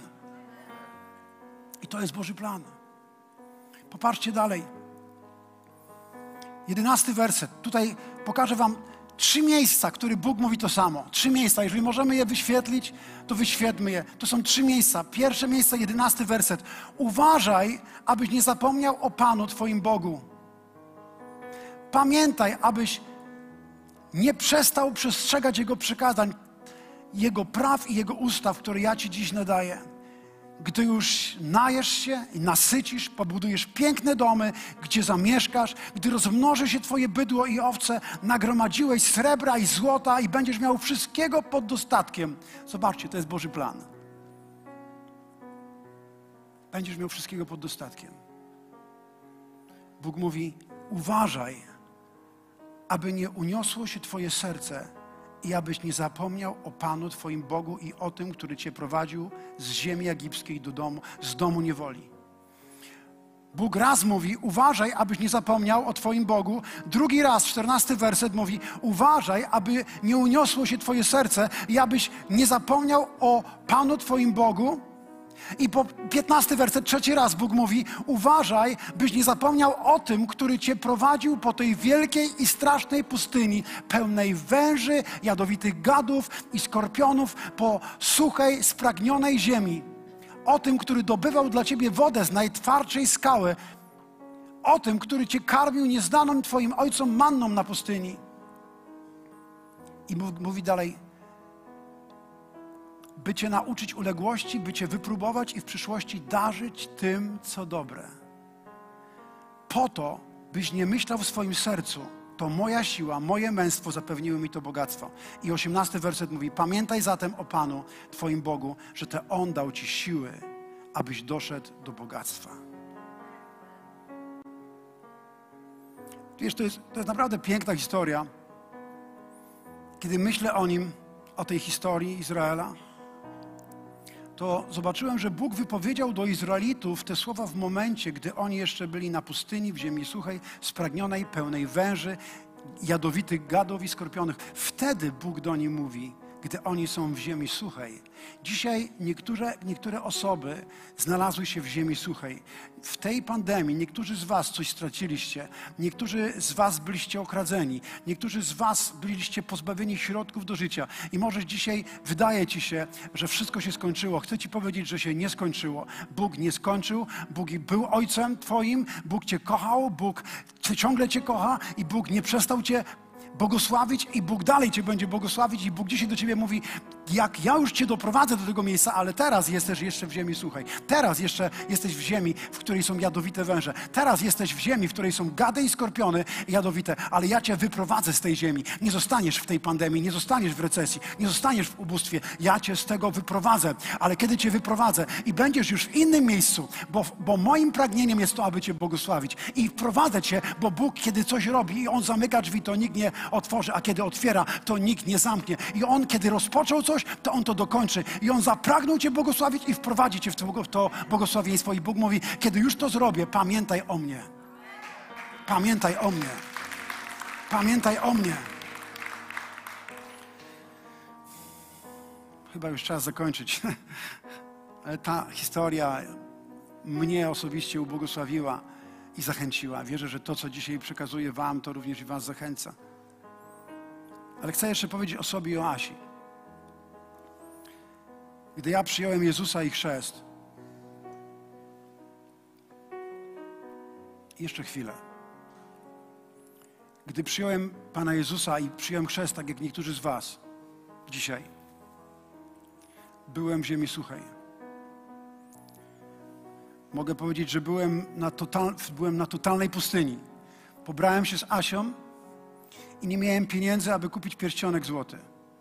I to jest Boży plan. Popatrzcie dalej. 11 werset. Tutaj pokażę wam 3 miejsca, które Bóg mówi to samo. 3 miejsca. Jeżeli możemy je wyświetlić, to wyświetlmy je. To są 3 miejsca. Pierwsze miejsce, 11 werset. Uważaj, abyś nie zapomniał o Panu Twoim Bogu. Pamiętaj, abyś nie przestał przestrzegać Jego przykazań, Jego praw i Jego ustaw, które ja Ci dziś nadaję. Gdy już najesz się i nasycisz, pobudujesz piękne domy, gdzie zamieszkasz, gdy rozmnoży się Twoje bydło i owce, nagromadziłeś srebra i złota i będziesz miał wszystkiego pod dostatkiem. Zobaczcie, to jest Boży plan. Będziesz miał wszystkiego pod dostatkiem. Bóg mówi, uważaj, aby nie uniosło się Twoje serce i abyś nie zapomniał o Panu Twoim Bogu i o tym, który Cię prowadził z ziemi egipskiej z domu niewoli. Bóg raz mówi, uważaj, abyś nie zapomniał o Twoim Bogu. Drugi raz, 14 werset mówi, uważaj, aby nie uniosło się Twoje serce i abyś nie zapomniał o Panu Twoim Bogu. I po 15 werset, 3 raz Bóg mówi, uważaj, byś nie zapomniał o tym, który Cię prowadził po tej wielkiej i strasznej pustyni, pełnej węży, jadowitych gadów i skorpionów, po suchej, spragnionej ziemi. O tym, który dobywał dla Ciebie wodę z najtwardszej skały. O tym, który Cię karmił nieznaną Twoim ojcom manną na pustyni. I mówi dalej, by Cię nauczyć uległości, by Cię wypróbować i w przyszłości darzyć tym, co dobre. Po to, byś nie myślał w swoim sercu, to moja siła, moje męstwo zapewniły mi to bogactwo. I 18 werset mówi, pamiętaj zatem o Panu, Twoim Bogu, że to On dał Ci siły, abyś doszedł do bogactwa. Wiesz, to jest naprawdę piękna historia. Kiedy myślę o nim, o tej historii Izraela, to zobaczyłem, że Bóg wypowiedział do Izraelitów te słowa w momencie, gdy oni jeszcze byli na pustyni, w ziemi suchej, spragnionej, pełnej węży, jadowitych gadów i skorpionów. Wtedy Bóg do nich mówi, gdy oni są w ziemi suchej. Dzisiaj niektóre osoby znalazły się w ziemi suchej. W tej pandemii niektórzy z was coś straciliście, niektórzy z was byliście okradzeni, niektórzy z was byliście pozbawieni środków do życia i może dzisiaj wydaje ci się, że wszystko się skończyło. Chcę ci powiedzieć, że się nie skończyło. Bóg nie skończył, Bóg był Ojcem twoim, Bóg cię kochał, Bóg ciągle cię kocha i Bóg nie przestał cię błogosławić i Bóg dalej Cię będzie błogosławić i Bóg dzisiaj do Ciebie mówi, jak ja już cię doprowadzę do tego miejsca, ale teraz jesteś jeszcze w ziemi suchej. Teraz jeszcze jesteś w ziemi, w której są jadowite węże. Teraz jesteś w ziemi, w której są gady i skorpiony jadowite, ale ja cię wyprowadzę z tej ziemi. Nie zostaniesz w tej pandemii, nie zostaniesz w recesji, nie zostaniesz w ubóstwie. Ja cię z tego wyprowadzę, ale kiedy cię wyprowadzę i będziesz już w innym miejscu, bo moim pragnieniem jest to, aby cię błogosławić. I wprowadzę cię, bo Bóg, kiedy coś robi i On zamyka drzwi, to nikt nie otworzy, a kiedy otwiera, to nikt nie zamknie. I On, kiedy rozpoczął coś, to On to dokończy. I On zapragnął cię błogosławić i wprowadzi cię w to błogosławieństwo. I Bóg mówi, kiedy już to zrobię, pamiętaj o mnie. Pamiętaj o mnie. Pamiętaj o mnie. Chyba już czas zakończyć. Ale ta historia mnie osobiście ubłogosławiła i zachęciła. Wierzę, że to, co dzisiaj przekazuję wam, to również i was zachęca. Ale chcę jeszcze powiedzieć o sobie i o Asi. Gdy ja przyjąłem Jezusa i chrzest, jeszcze chwilę. Gdy przyjąłem Pana Jezusa i przyjąłem chrzest, tak jak niektórzy z was dzisiaj, byłem w ziemi suchej. Mogę powiedzieć, że byłem na totalnej pustyni. Pobrałem się z Asią i nie miałem pieniędzy, aby kupić pierścionek złoty.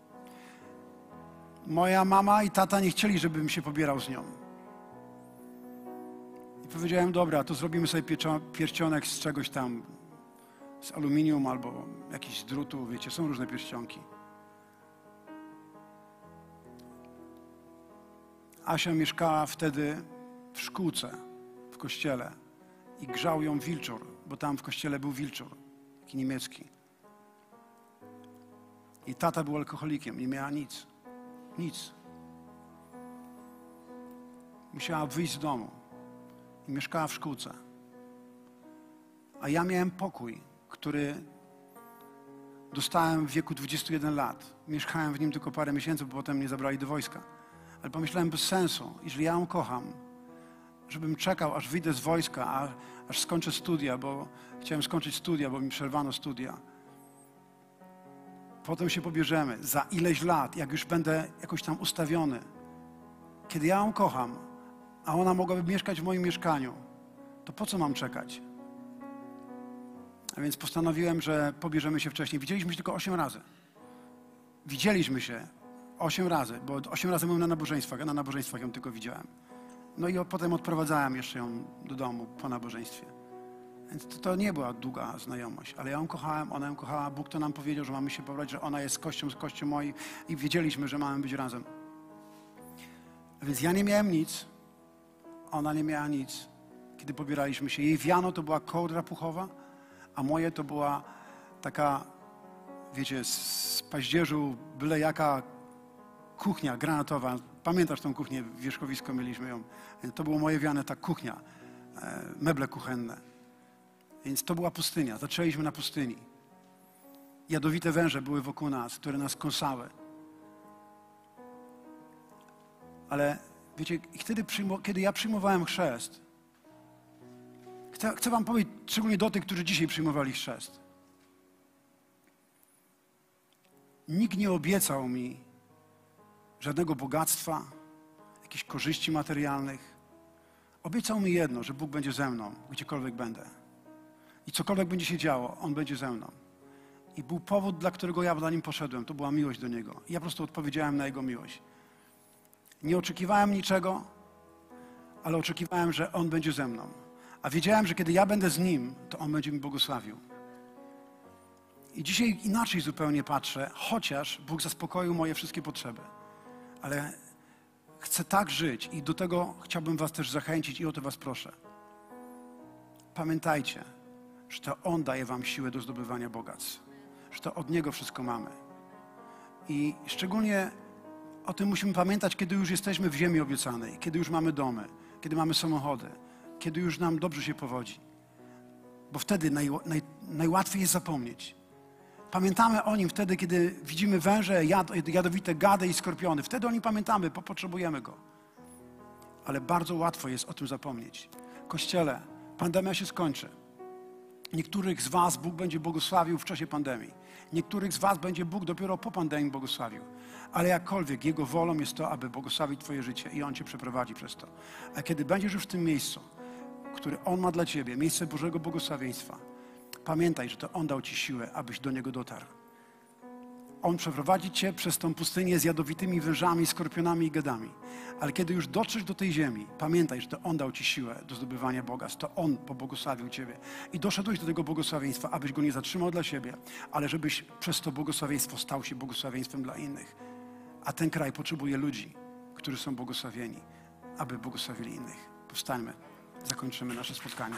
Moja mama i tata nie chcieli, żebym się pobierał z nią. I powiedziałem, dobra, to zrobimy sobie pierścionek z czegoś tam, z aluminium albo jakiś drutu, wiecie, są różne pierścionki. Asia mieszkała wtedy w szkółce, w kościele i grzał ją wilczur, bo tam w kościele był wilczur, taki niemiecki. I tata był alkoholikiem, nie miała nic. Nic. Musiała wyjść z domu i mieszkała w szkółce. A ja miałem pokój, który dostałem w wieku 21 lat. Mieszkałem w nim tylko parę miesięcy, bo potem mnie zabrali do wojska. Ale pomyślałem, bez sensu, jeżeli ja ją kocham, żebym czekał, aż wyjdę z wojska, aż skończę studia, bo chciałem skończyć studia, bo mi przerwano studia. Potem się pobierzemy. Za ileś lat, jak już będę jakoś tam ustawiony, kiedy ja ją kocham, a ona mogłaby mieszkać w moim mieszkaniu, to po co mam czekać? A więc postanowiłem, że pobierzemy się wcześniej. Widzieliśmy się tylko 8 razy. Widzieliśmy się 8 razy, bo 8 razy byłem na nabożeństwach ją tylko widziałem. No i potem odprowadzałem jeszcze ją do domu po nabożeństwie. Więc to nie była długa znajomość, ale ja ją kochałem, ona ją kochała. Bóg to nam powiedział, że mamy się pobrać, że ona jest z kością moim i wiedzieliśmy, że mamy być razem. A więc ja nie miałem nic, ona nie miała nic, kiedy pobieraliśmy się. Jej wiano to była kołdra puchowa, a moje to była taka, wiecie, z paździerzu byle jaka kuchnia granatowa. Pamiętasz tą kuchnię? W wierzchowisku mieliśmy ją. To było moje wiane, ta kuchnia, meble kuchenne. Więc to była pustynia. Zaczęliśmy na pustyni. Jadowite węże były wokół nas, które nas kąsały. Ale wiecie, kiedy ja przyjmowałem chrzest, chcę wam powiedzieć, szczególnie do tych, którzy dzisiaj przyjmowali chrzest. Nikt nie obiecał mi żadnego bogactwa, jakichś korzyści materialnych. Obiecał mi jedno, że Bóg będzie ze mną, gdziekolwiek będę. I cokolwiek będzie się działo, On będzie ze mną. I był powód, dla którego ja za Nim poszedłem. To była miłość do Niego. I ja po prostu odpowiedziałem na Jego miłość. Nie oczekiwałem niczego, ale oczekiwałem, że On będzie ze mną. A wiedziałem, że kiedy ja będę z Nim, to On będzie mi błogosławił. I dzisiaj inaczej zupełnie patrzę, chociaż Bóg zaspokoił moje wszystkie potrzeby. Ale chcę tak żyć i do tego chciałbym was też zachęcić i o to was proszę. Pamiętajcie, że to On daje wam siłę do zdobywania bogactw. Że to od Niego wszystko mamy. I szczególnie o tym musimy pamiętać, kiedy już jesteśmy w ziemi obiecanej, kiedy już mamy domy, kiedy mamy samochody, kiedy już nam dobrze się powodzi. Bo wtedy najłatwiej jest zapomnieć. Pamiętamy o Nim wtedy, kiedy widzimy węże, jadowite gady i skorpiony. Wtedy o Nim pamiętamy, bo potrzebujemy Go. Ale bardzo łatwo jest o tym zapomnieć. Kościele, pandemia się skończy. Niektórych z was Bóg będzie błogosławił w czasie pandemii. Niektórych z was będzie Bóg dopiero po pandemii błogosławił. Ale jakkolwiek, Jego wolą jest to, aby błogosławić twoje życie i On cię przeprowadzi przez to. A kiedy będziesz już w tym miejscu, które On ma dla ciebie, miejsce Bożego błogosławieństwa, pamiętaj, że to On dał ci siłę, abyś do Niego dotarł. On przeprowadzi cię przez tą pustynię z jadowitymi wężami, skorpionami i gadami. Ale kiedy już dotrzesz do tej ziemi, pamiętaj, że to On dał ci siłę do zdobywania bogactw. To On pobłogosławił ciebie. I doszedłeś do tego błogosławieństwa, abyś go nie zatrzymał dla siebie, ale żebyś przez to błogosławieństwo stał się błogosławieństwem dla innych. A ten kraj potrzebuje ludzi, którzy są błogosławieni, aby błogosławili innych. Powstańmy, zakończymy nasze spotkanie.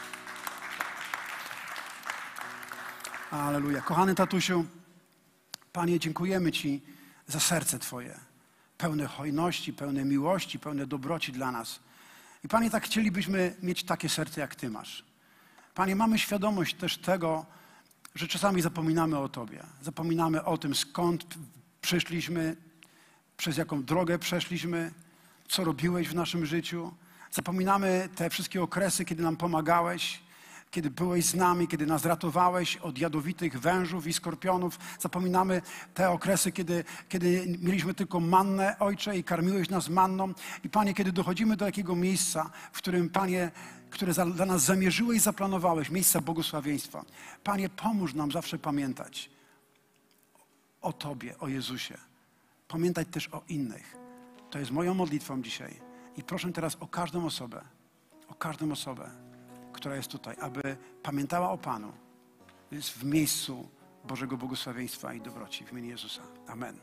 Alleluja. Kochany tatusiu, Panie, dziękujemy Ci za serce Twoje, pełne hojności, pełne miłości, pełne dobroci dla nas. I Panie, tak chcielibyśmy mieć takie serce, jak Ty masz. Panie, mamy świadomość też tego, że czasami zapominamy o Tobie. Zapominamy o tym, skąd przyszliśmy, przez jaką drogę przeszliśmy, co robiłeś w naszym życiu. Zapominamy te wszystkie okresy, kiedy nam pomagałeś, kiedy byłeś z nami, kiedy nas ratowałeś od jadowitych wężów i skorpionów. Zapominamy te okresy, kiedy mieliśmy tylko mannę, Ojcze, i karmiłeś nas manną. I Panie, kiedy dochodzimy do takiego miejsca, w którym, Panie, które dla nas zamierzyłeś, zaplanowałeś, miejsca błogosławieństwa. Panie, pomóż nam zawsze pamiętać o Tobie, o Jezusie. Pamiętać też o innych. To jest moją modlitwą dzisiaj. I proszę teraz o każdą osobę, która jest tutaj, aby pamiętała o Panu. Jest w miejscu Bożego błogosławieństwa i dobroci w imieniu Jezusa. Amen.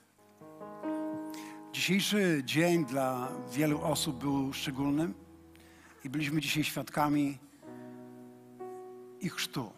Dzisiejszy dzień dla wielu osób był szczególnym i byliśmy dzisiaj świadkami ich chrztu.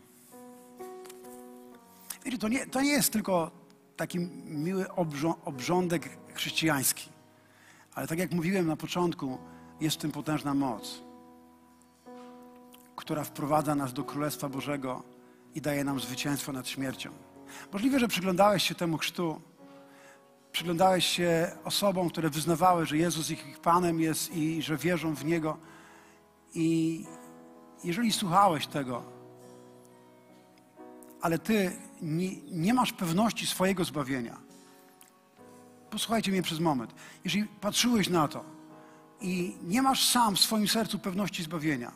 Wiecie, to nie jest tylko taki miły obrządek chrześcijański, ale tak jak mówiłem na początku, jest w tym potężna moc, która wprowadza nas do Królestwa Bożego i daje nam zwycięstwo nad śmiercią. Możliwe, że przyglądałeś się temu chrztu, przyglądałeś się osobom, które wyznawały, że Jezus ich Panem jest i że wierzą w Niego. I jeżeli słuchałeś tego, ale ty nie masz pewności swojego zbawienia, posłuchajcie mnie przez moment. Jeżeli patrzyłeś na to i nie masz sam w swoim sercu pewności zbawienia,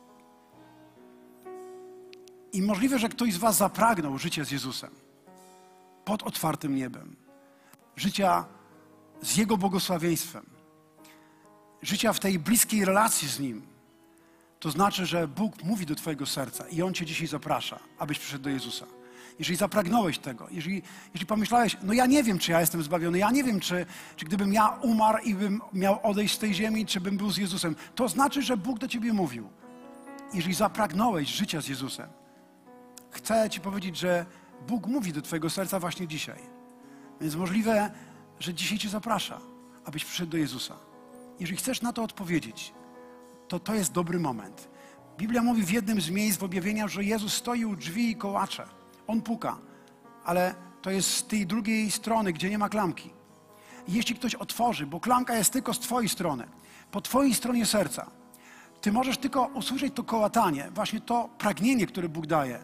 i możliwe, że ktoś z was zapragnął życia z Jezusem pod otwartym niebem, życia z Jego błogosławieństwem, życia w tej bliskiej relacji z Nim, to znaczy, że Bóg mówi do twojego serca i On cię dzisiaj zaprasza, abyś przyszedł do Jezusa. Jeżeli zapragnąłeś tego, jeżeli pomyślałeś, no ja nie wiem, czy ja jestem zbawiony, ja nie wiem, czy gdybym ja umarł i bym miał odejść z tej ziemi, czy bym był z Jezusem, to znaczy, że Bóg do ciebie mówił. Jeżeli zapragnąłeś życia z Jezusem, chcę ci powiedzieć, że Bóg mówi do twojego serca właśnie dzisiaj. Więc możliwe, że dzisiaj cię zaprasza, abyś przyszedł do Jezusa. Jeżeli chcesz na to odpowiedzieć, to jest dobry moment. Biblia mówi w jednym z miejsc w objawieniach, że Jezus stoi u drzwi i kołacze. On puka, ale to jest z tej drugiej strony, gdzie nie ma klamki. I jeśli ktoś otworzy, bo klamka jest tylko z twojej strony, po twojej stronie serca, ty możesz tylko usłyszeć to kołatanie, właśnie to pragnienie, które Bóg daje.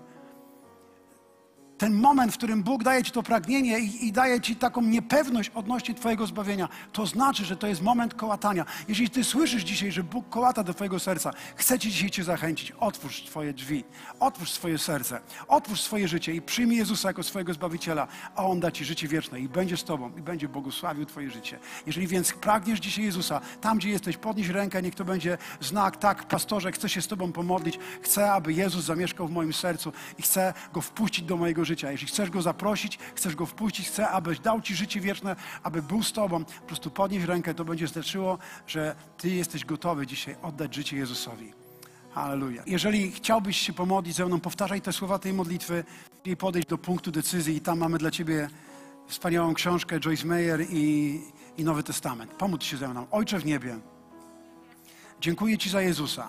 Ten moment, w którym Bóg daje ci to pragnienie i daje ci taką niepewność odnośnie twojego zbawienia, to znaczy, że to jest moment kołatania. Jeżeli ty słyszysz dzisiaj, że Bóg kołata do twojego serca, chcę ci dzisiaj cię zachęcić. Otwórz twoje drzwi, otwórz swoje serce, otwórz swoje życie i przyjmij Jezusa jako swojego Zbawiciela, a On da ci życie wieczne i będzie z tobą i będzie błogosławił twoje życie. Jeżeli więc pragniesz dzisiaj Jezusa, tam gdzie jesteś, podnieś rękę, niech to będzie znak, tak, pastorze, chcę się z tobą pomodlić, chcę, aby Jezus zamieszkał w moim sercu i chcę Go wpuścić do mojego życia. Jeśli chcesz Go zaprosić, chcesz Go wpuścić, chcę, abyś dał ci życie wieczne, aby był z tobą, po prostu podnieś rękę, to będzie znaczyło, że ty jesteś gotowy dzisiaj oddać życie Jezusowi. Halleluja. Jeżeli chciałbyś się pomodlić ze mną, powtarzaj te słowa tej modlitwy i podejść do punktu decyzji i tam mamy dla ciebie wspaniałą książkę Joyce Meyer i Nowy Testament. Pomódl się ze mną. Ojcze w niebie, dziękuję Ci za Jezusa.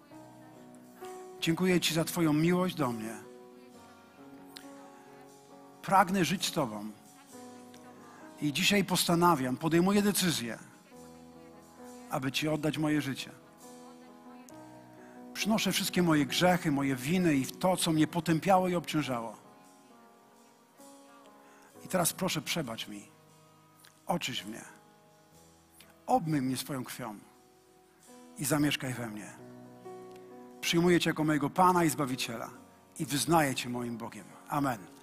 Dziękuję Ci za Twoją miłość do mnie. Pragnę żyć z Tobą. I dzisiaj postanawiam, podejmuję decyzję, aby Ci oddać moje życie. Przynoszę wszystkie moje grzechy, moje winy i to, co mnie potępiało i obciążało. I teraz proszę, przebacz mi. Oczyść mnie. Obmyj mnie swoją krwią i zamieszkaj we mnie. Przyjmuję Cię jako mojego Pana i Zbawiciela i wyznaję Cię moim Bogiem. Amen.